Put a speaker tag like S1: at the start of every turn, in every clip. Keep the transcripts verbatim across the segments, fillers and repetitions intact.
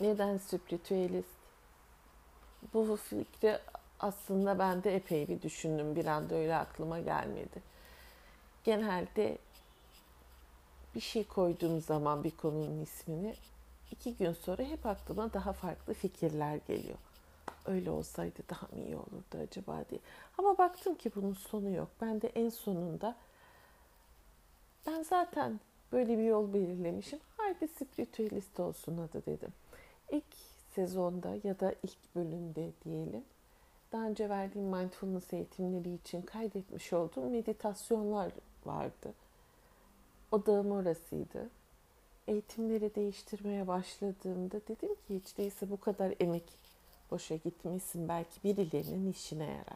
S1: Neden spiritüelist? Bu fikri aslında ben de epey bir düşündüm. Bir anda öyle aklıma gelmedi. Genelde bir şey koyduğum zaman bir konunun ismini iki gün sonra hep aklıma daha farklı fikirler geliyor. Öyle olsaydı daha mı iyi olurdu acaba diye. Ama baktım ki bunun sonu yok. Ben de en sonunda ben zaten böyle bir yol belirlemişim. Haydi spiritüelist olsun adı dedim. İlk sezonda ya da ilk bölümde diyelim, daha önce verdiğim mindfulness eğitimleri için kaydetmiş olduğum meditasyonlar vardı. Odağım orasıydı. Eğitimleri değiştirmeye başladığımda dedim ki hiç değilse bu kadar emek boşa gitmesin, belki birilerinin işine yarar.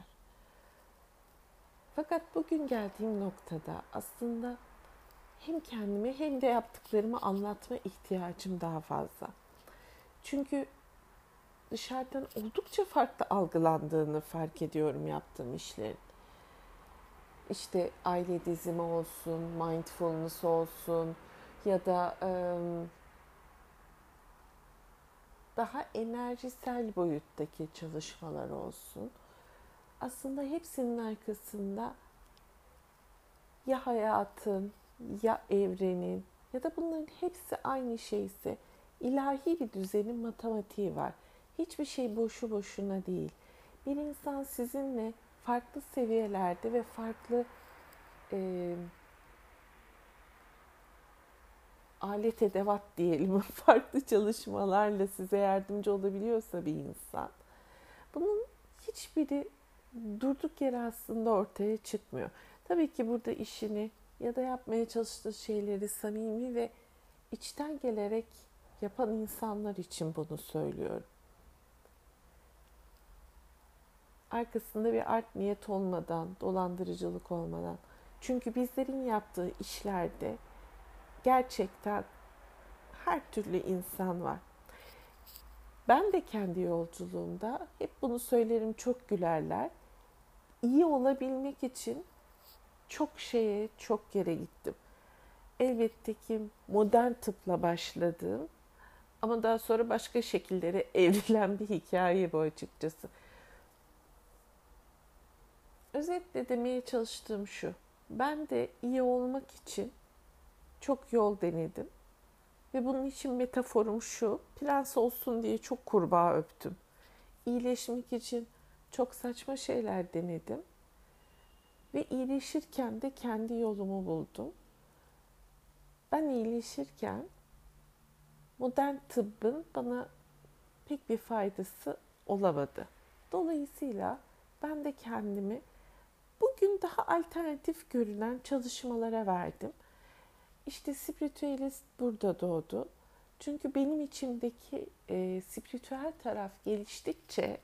S1: Fakat bugün geldiğim noktada aslında hem kendimi hem de yaptıklarımı anlatma ihtiyacım daha fazla. Çünkü dışarıdan oldukça farklı algılandığını fark ediyorum yaptığım işlerin. İşte aile dizimi olsun, mindfulness olsun ya da ıı, daha enerjisel boyuttaki çalışmalar olsun. Aslında hepsinin arkasında ya hayatın, ya evrenin ya da bunların hepsi aynı şeyse ilahi bir düzenin matematiği var. Hiçbir şey boşu boşuna değil. Bir insan sizinle farklı seviyelerde ve farklı e, alet edevat diyelim, farklı çalışmalarla size yardımcı olabiliyorsa bir insan, bunun hiçbiri durduk yere aslında ortaya çıkmıyor. Tabii ki burada işini ya da yapmaya çalıştığı şeyleri samimi ve içten gelerek yapan insanlar için bunu söylüyorum. Arkasında bir art niyet olmadan, dolandırıcılık olmadan. Çünkü bizlerin yaptığı işlerde gerçekten her türlü insan var. Ben de kendi yolculuğumda hep bunu söylerim, çok gülerler. İyi olabilmek için çok şeye, çok yere gittim. Elbette ki modern tıpla başladığım ama daha sonra başka şekillere evrilen bir hikaye bu açıkçası. Özetle demeye çalıştığım şu: ben de iyi olmak için çok yol denedim. Ve bunun için metaforum şu: prens olsun diye çok kurbağa öptüm. İyileşmek için çok saçma şeyler denedim. Ve iyileşirken de kendi yolumu buldum. Ben iyileşirken modern tıbbın bana pek bir faydası olamadı. Dolayısıyla ben de kendimi bugün daha alternatif görünen çalışmalara verdim. İşte spiritüelist burada doğdu. Çünkü benim içimdeki e, spiritüel taraf geliştikçe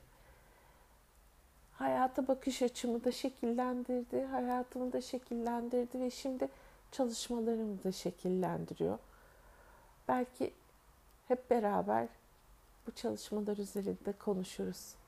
S1: hayata bakış açımı da şekillendirdi, hayatımı da şekillendirdi ve şimdi çalışmalarımı da şekillendiriyor. Belki hep beraber bu çalışmalar üzerinde konuşuruz.